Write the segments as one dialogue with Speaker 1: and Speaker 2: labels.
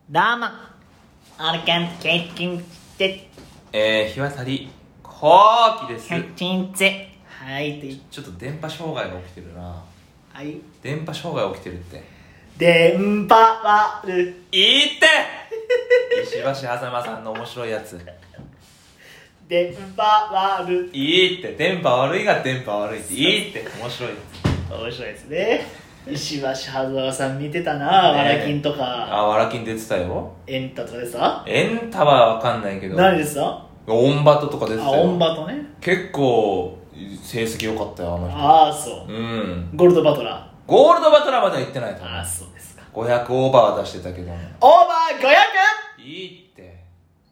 Speaker 1: どうも、オルカンケッキンテ
Speaker 2: 日渡り後期です
Speaker 1: ケッキンツはいと
Speaker 2: ちょっと電波障害が起きてるな。
Speaker 1: はい
Speaker 2: 電波障害起きてるって。
Speaker 1: 電波悪
Speaker 2: いいって石橋狭間さんの面白いやつ。
Speaker 1: 電波悪
Speaker 2: いいって。電波悪いが電波悪いって。いいって面白いや
Speaker 1: 面白いですね。石橋はずわさん見てたな、
Speaker 2: ね
Speaker 1: わらきんと
Speaker 2: つ。
Speaker 1: か
Speaker 2: わらきん出てたよ。
Speaker 1: エンタとかでさ
Speaker 2: エンタはわかんないけど
Speaker 1: 何でさ
Speaker 2: オンバトとか出てたよ。
Speaker 1: オンバトね。
Speaker 2: 結構成績良かったよあの人。
Speaker 1: ああそう、ゴールドバトラ
Speaker 2: ゴールドバトラーまでは行ってないと
Speaker 1: ー。ああそうですか。
Speaker 2: 500オーバーは出してたけど
Speaker 1: オーバー 500!235
Speaker 2: いいって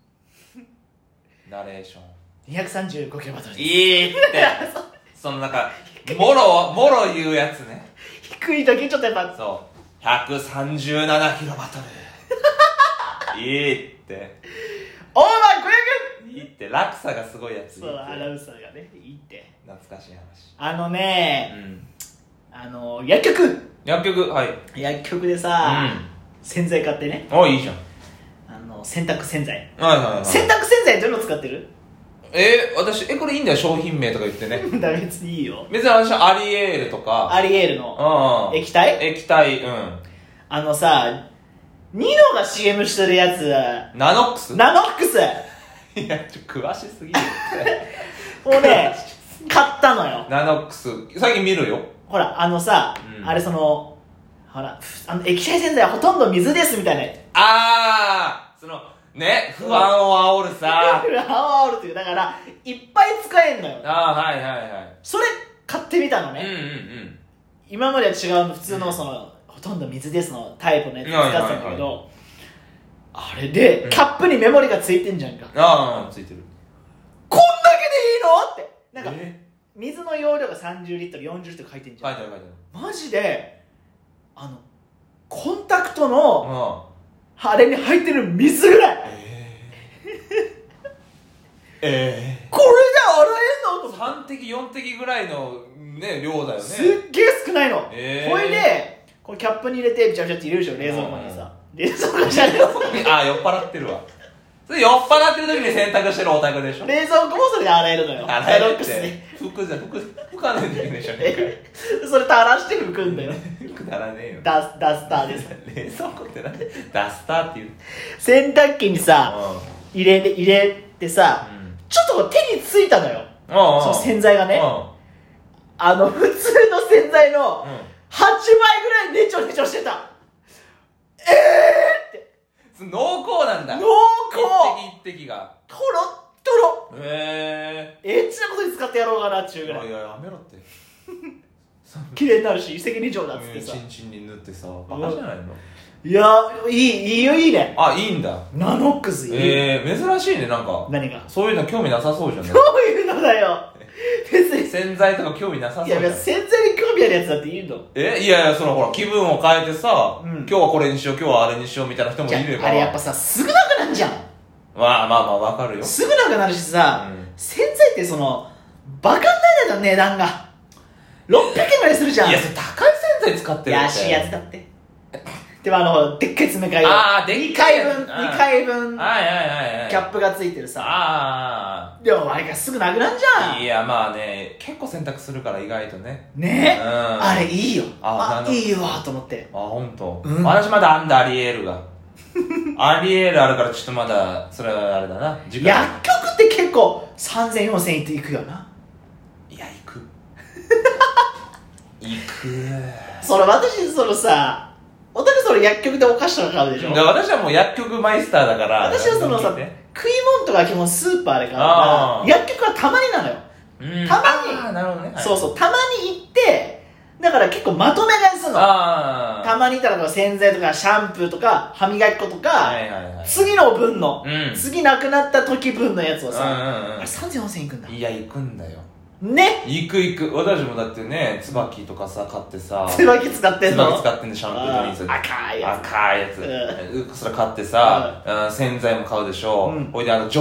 Speaker 2: ナレーション
Speaker 1: キロバトルです。
Speaker 2: いいってそのなんかもろ言うやつね。
Speaker 1: 低い時ちょっとやっぱ
Speaker 2: そう137キロバトルいいって
Speaker 1: オーバー 500!
Speaker 2: いいって落差がすごいやつ。
Speaker 1: そうアナウンサーがねいいって
Speaker 2: 懐かしい話。
Speaker 1: 薬局
Speaker 2: 薬局
Speaker 1: でさ、洗剤買ってね、
Speaker 2: いいじゃん。
Speaker 1: 洗濯洗剤、
Speaker 2: はい
Speaker 1: 洗濯洗剤どういうの使ってる？
Speaker 2: 私これいいんだよ商品名とか言ってね
Speaker 1: だ別にいいよ。
Speaker 2: 別に私はアリエールとか
Speaker 1: アリエールの液体さニノが CM してるやつ
Speaker 2: ナノックス
Speaker 1: いや
Speaker 2: 詳しすぎる
Speaker 1: もうね買ったのよ。
Speaker 2: ナノックス最近見るよ。
Speaker 1: ほらあれほら液体洗剤はほとんど水ですみたいな
Speaker 2: ね不安を煽るさ
Speaker 1: 不安を煽るっていうだからいっぱい使えんのよ。
Speaker 2: はい
Speaker 1: それ買ってみたのね。今までは違う普通のほとんど水ですのタイプのやつ使ってたんだけど、あれでキャップにメモリがついてんじゃんか。
Speaker 2: ついてる。
Speaker 1: こんだけでいいのってなんか水の容量が30リットル40リットル書いてんじゃん。
Speaker 2: 書いてある
Speaker 1: マジでコンタクトのあれに入ってる水ぐらいこれで洗えんのと
Speaker 2: 3滴4滴ぐらいのね量だよね。
Speaker 1: すっげえ少ないの。これでこれキャップに入れてビチャビチャって入れるでしょ冷蔵庫にさ。冷蔵庫じゃねえ
Speaker 2: 酔っ払ってるわ。それ酔っ払ってる時に洗濯してるオタクでしょ。
Speaker 1: 冷蔵庫もそれで洗えるのよ。
Speaker 2: 洗えるっ
Speaker 1: ロックスで
Speaker 2: て拭かないといけないでしょ。
Speaker 1: それ垂らして拭くんだよ。
Speaker 2: くだらねえよ。
Speaker 1: ダスターです。
Speaker 2: 冷蔵庫って何？ダスターっていう。
Speaker 1: 洗濯機にさ入れてさちょっと手についたのよ。その洗剤がね普通の洗剤の8倍ぐらいネチョネチョしてた。って
Speaker 2: 濃厚なんだ。
Speaker 1: 濃厚
Speaker 2: 一滴が
Speaker 1: トロットロ
Speaker 2: エ
Speaker 1: ッチなことに使ってやろうかなっちゅうぐらい。
Speaker 2: いややめろって
Speaker 1: 綺麗になるし一石二鳥だっつってさ
Speaker 2: チンチンに塗ってさバカじゃないの。
Speaker 1: いやいいよいいね。
Speaker 2: いいんだ。
Speaker 1: ナノックスいい。
Speaker 2: 珍しいね。なんか
Speaker 1: 何が
Speaker 2: そういうの興味なさそうじゃん。
Speaker 1: どういうのだよ別に。
Speaker 2: 洗剤とか興味なさそうじゃん。
Speaker 1: いや洗剤に興味あるやつだっていいの。
Speaker 2: いやほら気分を変えてさ、今日はこれにしよう今日はあれにしようみたいな人もいれば。
Speaker 1: あれやっぱさすぐなくなんじゃん。
Speaker 2: まあわかるよ。
Speaker 1: すぐなくなるしさ、洗剤ってバカになるだよ値段が600円ぐらいするじゃん。
Speaker 2: いやそれ高い洗剤使ってるって。
Speaker 1: 安いやつだってでもでっかい詰め替え2回分キャップがついてるさ。でもあれがすぐなくなんじゃん。
Speaker 2: いやまあね結構洗濯するから意外とね
Speaker 1: あれいいよ。いいわと思って。
Speaker 2: 本当。私まだあんだアリエールがアリエールあるからちょっとまだそれはあれだな。
Speaker 1: 薬局って結構3000、4000円っていくよな。
Speaker 2: いや行く
Speaker 1: 私さおたくそれ薬局でお菓子とか買うでしょ。
Speaker 2: 私はもう薬局マイスターだから
Speaker 1: 私は食い物とか基本スーパーで買うから薬局はたまになのよ。たまに
Speaker 2: なるほどね。
Speaker 1: そうたまに行ってだから結構まとめ買いするの。たまに行ったら洗剤とかシャンプーとか歯磨き粉とか次の分の次なくなった時分のやつをさあれ3000、4000円いくんだ。
Speaker 2: いや行くんだよ
Speaker 1: ね。
Speaker 2: 行く。私もだってね椿とかさ買ってさ
Speaker 1: 椿使ってんの。
Speaker 2: 椿使ってんのシャンプーのリンス
Speaker 1: 赤いや
Speaker 2: つそれ買ってさ洗剤も買うでしょ。ほいでジョイ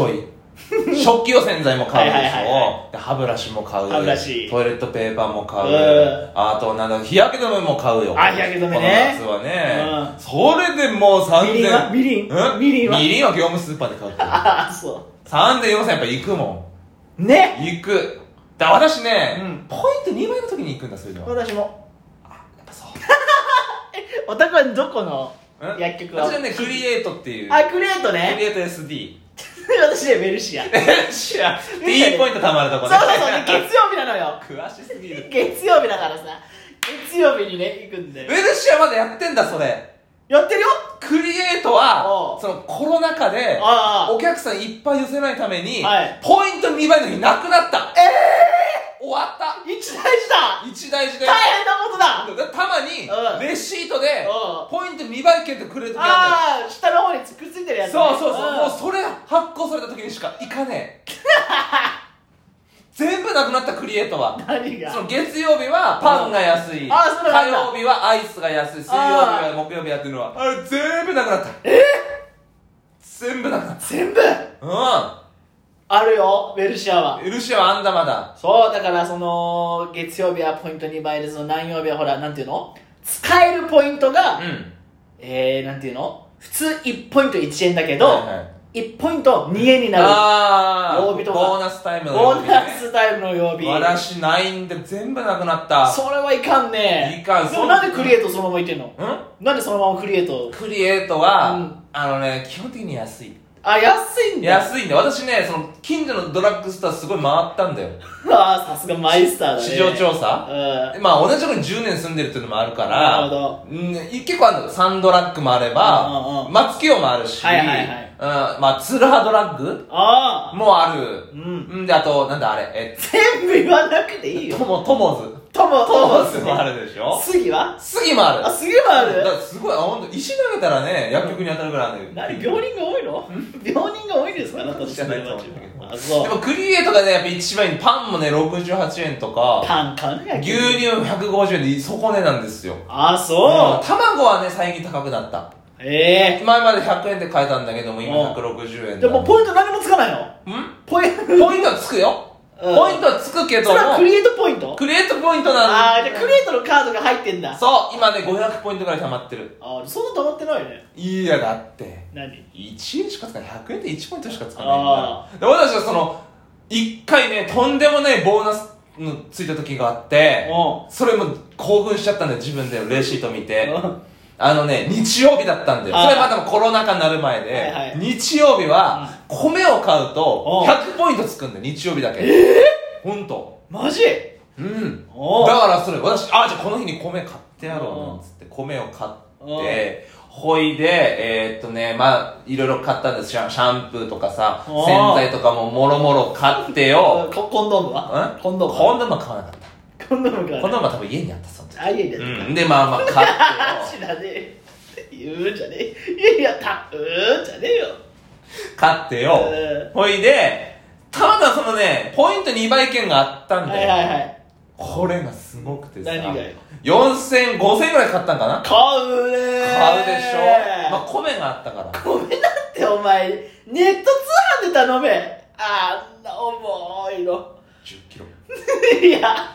Speaker 2: 食器用洗剤も買うでしょ、
Speaker 1: はいはいはいは
Speaker 2: で歯ブラシも買う、
Speaker 1: 歯ブラシ
Speaker 2: トイレットペーパーも買う、あとなんだ日焼け止めも買うよ。
Speaker 1: あ、日焼け止めね。
Speaker 2: この夏はね、それでもう3000。
Speaker 1: みりんは
Speaker 2: みりんは業務スーパーで買う。
Speaker 1: ああ、そう。
Speaker 2: 3000、4000やっぱ行くも
Speaker 1: ん。ね。
Speaker 2: 行く。私ね、ポイント2倍の時に行くんだ、それでは。
Speaker 1: 私も。
Speaker 2: あ、やっぱそう。
Speaker 1: お宅はどこの薬局は？
Speaker 2: 私はね、クリエイトっていう。
Speaker 1: あ、クリエイトね。
Speaker 2: クリエイト SD。
Speaker 1: 私ね、メルシア。
Speaker 2: T ポイント貯まるとこね。
Speaker 1: そうそうそう、月曜日なのよ。
Speaker 2: 詳しすぎる。
Speaker 1: 月曜日だからさ、月曜日にね、行くんで。
Speaker 2: メルシアまだやってんだ、それ。
Speaker 1: やってるよ。
Speaker 2: クリエイトは、そのコロナ禍で、お客さんいっぱい寄せないために、ポイント2倍の日なくなった。終わった。
Speaker 1: 一大事だ。
Speaker 2: 一大事で。
Speaker 1: 大変なことだ。
Speaker 2: たまに、レシートで、ポイント2倍券でくれるときあるんだよ。
Speaker 1: ああ、下の方にくっついてるやつね。
Speaker 2: そうそうそう。もうそれ発行された時にしか行かねえ。全部なくなったクリエイトは。
Speaker 1: 何が？
Speaker 2: その月曜日はパンが安い。火曜日はアイスが安い。水曜日は木曜日やってるのは。あれ全部なくなった。全部なくなった。
Speaker 1: 全部？あるよ、ベルシアは。
Speaker 2: ベルシアはあんだまだ。
Speaker 1: そう、だからその、月曜日はポイント2倍で、その何曜日はほら、なんていうの？使えるポイントが、なんていうの？普通1ポイント1円だけど、1ポイント2円になる曜日とか。
Speaker 2: ボーナスタイムの曜日、ね。
Speaker 1: ボーナスタイムの曜日。
Speaker 2: 私ないんで全部なくなった。
Speaker 1: それはいかんね。
Speaker 2: いかん。
Speaker 1: でもなんでクリエイトそのままいってんの？なんでそのままクリエイト？
Speaker 2: クリエイトは、基本的に安い。
Speaker 1: あ、安いんだ。
Speaker 2: 安いんだ。私ね、その、近所のドラッグストアすごい回ったんだよ。
Speaker 1: ああ、さすがマイスターだね。
Speaker 2: 市場調査まあ、同じところに10年住んでるっていうのもあるから、
Speaker 1: なるほど。
Speaker 2: 結構あるの。サンドラッグもあれば、松清もあるし、まあ、ツルハドラッグもある。んで、あと、なんだあれ、
Speaker 1: 全部言わなくていいよ。
Speaker 2: トモズ。
Speaker 1: トモズ
Speaker 2: もあるでしょ。
Speaker 1: 杉は？
Speaker 2: 杉もある。
Speaker 1: あ、杉もある？
Speaker 2: だからすごい、ほんと、石投げたらね、薬局に当たるぐらいあるんだよ。
Speaker 1: 何、病人が多いの？病人が多いですか？あなた
Speaker 2: じゃないと思うんだけど。
Speaker 1: あ、そう。
Speaker 2: でもクリエイトがね、やっぱ一番いい。パンもね、68円とか、
Speaker 1: パン買うね。
Speaker 2: 牛乳150円で底値なんですよ。
Speaker 1: あ、そう。
Speaker 2: 卵はね、最近高くなった。前まで100円で買えたんだけども、今160円
Speaker 1: でもポイント何もつかないの？ポイント
Speaker 2: はつくよ。ポイントはつくけども。
Speaker 1: それはクリエイトポイント？
Speaker 2: クリエイトポイントなんだ。
Speaker 1: ああ、じゃあクリエイトのカードが入ってんだ。
Speaker 2: そう、今ね、500ポイントぐらい溜まってる。
Speaker 1: ああ、そんな溜まってないよね。
Speaker 2: いや、だって。
Speaker 1: 何？
Speaker 2: 1円しかつかない。100円で1ポイントしかつかないんだ。で、私はその、1回ね、とんでもないボーナスのついた時があって、それも興奮しちゃったんだよ、自分でレシート見て。日曜日だったんだよ。それまたコロナ禍になる前で、日曜日は米を買うと100ポイントつくんだよ、日曜日だけ。ほんと。
Speaker 1: マジ？
Speaker 2: だからそれ、私、じゃあこの日に米買ってやろうなんつって米を買って、ほいで、まあ、いろいろ買ったんです。シャンプーとかさ、洗剤とかももろもろ買ってよ。
Speaker 1: コンドームは？
Speaker 2: コンドームは買わなかった。
Speaker 1: コンドーム
Speaker 2: は多分家にあった、その時。
Speaker 1: 家にあった。
Speaker 2: で、まあまあ買ってよ。
Speaker 1: 知らねえ。言うんじゃねえ。いや、じゃねえよ。
Speaker 2: 買ってよ。ほいで、ただそのね、ポイント2倍券があったんだよ。これがすごくてさ。
Speaker 1: 何がよ。
Speaker 2: 4000、5000ぐらい買ったんかな。
Speaker 1: 買うねー。
Speaker 2: 買うでしょ。まあ、米があったから。
Speaker 1: 米なんてお前、ネット通販で頼め。あんな重いの。
Speaker 2: 10キロ。
Speaker 1: いや、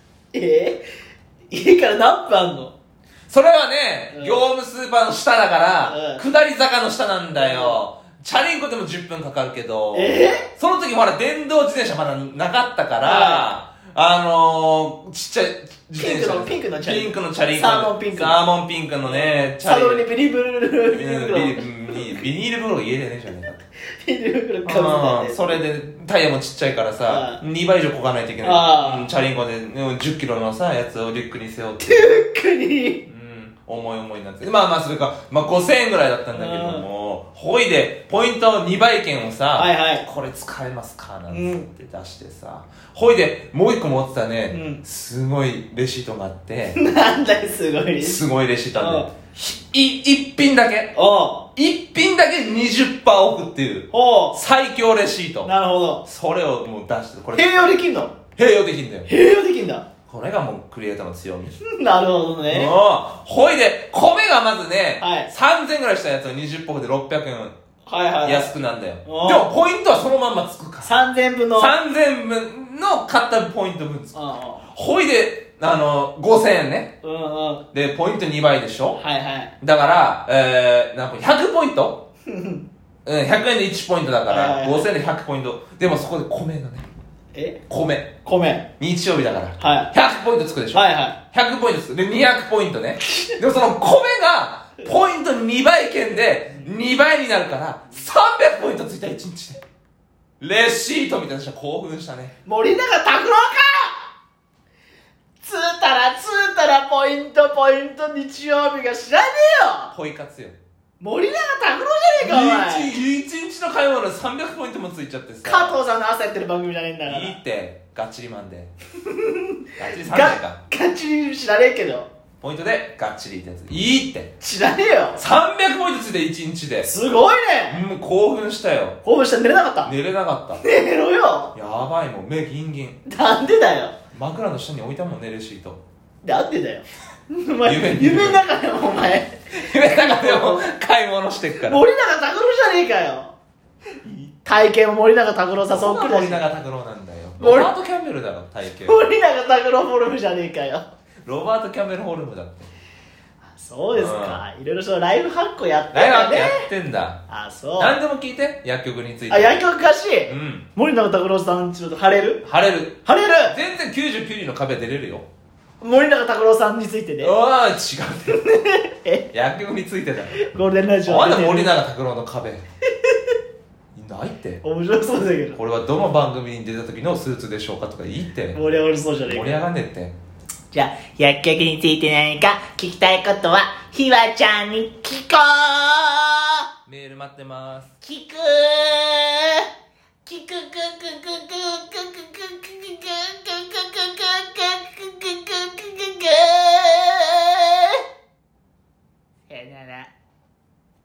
Speaker 1: 家から何分あんの？
Speaker 2: それはね、業務スーパーの下だから、下り坂の下なんだよ。チャリンコでも10分かかるけど、その時ほら電動自転車まだなかったから、ちっちゃい自転車。
Speaker 1: ピンクのチ
Speaker 2: ャリンコ。サ
Speaker 1: ーモンピンク。
Speaker 2: サーモンピンクのね、
Speaker 1: サドルにビニール袋。
Speaker 2: ビニール袋家でねえじゃねえか。
Speaker 1: ビニール袋かぶせて。
Speaker 2: それでタイヤもちっちゃいからさ、2倍以上こがないといけない。チャリンコで10キロのさ、やつをリュックに背負って。
Speaker 1: リュックに
Speaker 2: 重いになって。まあまあ、それか、まあ5000円ぐらいだったんだけども、ほいで、ポイント2倍券をさ、これ使えますかなんつって出してさ、ほいで、もう一個持ってたね、すごいレシートがあって、
Speaker 1: なんだよ、すごいレシート。
Speaker 2: すごいレシートあって、一品だけ20%オフっていう、最強レシート。
Speaker 1: なるほど。
Speaker 2: それをもう出して、これ。
Speaker 1: 併用できんの？
Speaker 2: 併用できんだよ。
Speaker 1: 併用できんだ。
Speaker 2: これがもうクリエイターの強み。
Speaker 1: なるほどね。
Speaker 2: ほいで、米がまずね、3000ぐらいしたやつを20%で600円安くなんだよ。でもポイントはそのまんまつくから。
Speaker 1: 3000分の。
Speaker 2: 3000分の買ったポイント分つく。ほいで、5000円ね。で、ポイント2倍でしょ。だから、100ポイント100円で1ポイントだから、5000円で100ポイント。でもそこで米がね。米。日曜日だから。100ポイントつくでしょ。100ポイントつく。で、200ポイントね。でもその米が、ポイント2倍券で、2倍になるから、300ポイントついた1日で。レシートみたいな人は興奮したね。
Speaker 1: 森永拓郎かつーたらポイント日曜日が知らねえよ。
Speaker 2: ポイ活よ。
Speaker 1: 森永拓郎じゃねえかお前。
Speaker 2: 1日の買い物で300ポイントもついちゃってさ。
Speaker 1: 加藤さんの朝やってる番組じゃねえんだから。
Speaker 2: いいって、ガッチリマンで。ガッチリ3年か。
Speaker 1: ガッチリ知らねえけど。
Speaker 2: ポイントでガッチリってやつ。いいって。
Speaker 1: 知らねえよ。
Speaker 2: 300ポイントついて1日で。
Speaker 1: すごいね。
Speaker 2: もう興奮したよ。
Speaker 1: 興奮した。寝れなかった。
Speaker 2: 寝れなかった。
Speaker 1: 寝ろよ。
Speaker 2: やばいもん、目ギンギン。
Speaker 1: なんでだよ。
Speaker 2: 枕の下に置いたもんね、レシート。
Speaker 1: なんでだよ。お前夢の中でもお前。
Speaker 2: 夢の中でも買い物してっから。
Speaker 1: 森永拓郎じゃねえかよ。体型も森永拓郎さそっくりだし。
Speaker 2: 森永拓郎なんだよ。ロバート・キャンベルだろ、体型。
Speaker 1: 森永拓郎フォルムじゃねえかよ。
Speaker 2: ロバート・キャンベルフォルムだって。
Speaker 1: そうですか。いろいろそのライフハックやってん
Speaker 2: だね。やってんだ。
Speaker 1: そう。
Speaker 2: 何でも聞いて、薬局について。
Speaker 1: 薬局詳しい。森永拓郎さんちょっと晴れる。
Speaker 2: 全然99人の壁出れるよ。
Speaker 1: 森永拓郎さんについてね。
Speaker 2: 違うね。薬局についてだよ。
Speaker 1: ゴールデンラジオ。
Speaker 2: なんで森永拓郎の壁ないって。
Speaker 1: 面白そうだけど。
Speaker 2: これはどの番組に出た時のスーツでしょうかとかいいって。
Speaker 1: 盛り上がりそうじゃねえか。
Speaker 2: 盛り上がんねえって。
Speaker 1: じゃあ、薬局について何か聞きたいことは、ひわちゃんに聞こう。
Speaker 2: メール待ってます。
Speaker 1: 聞く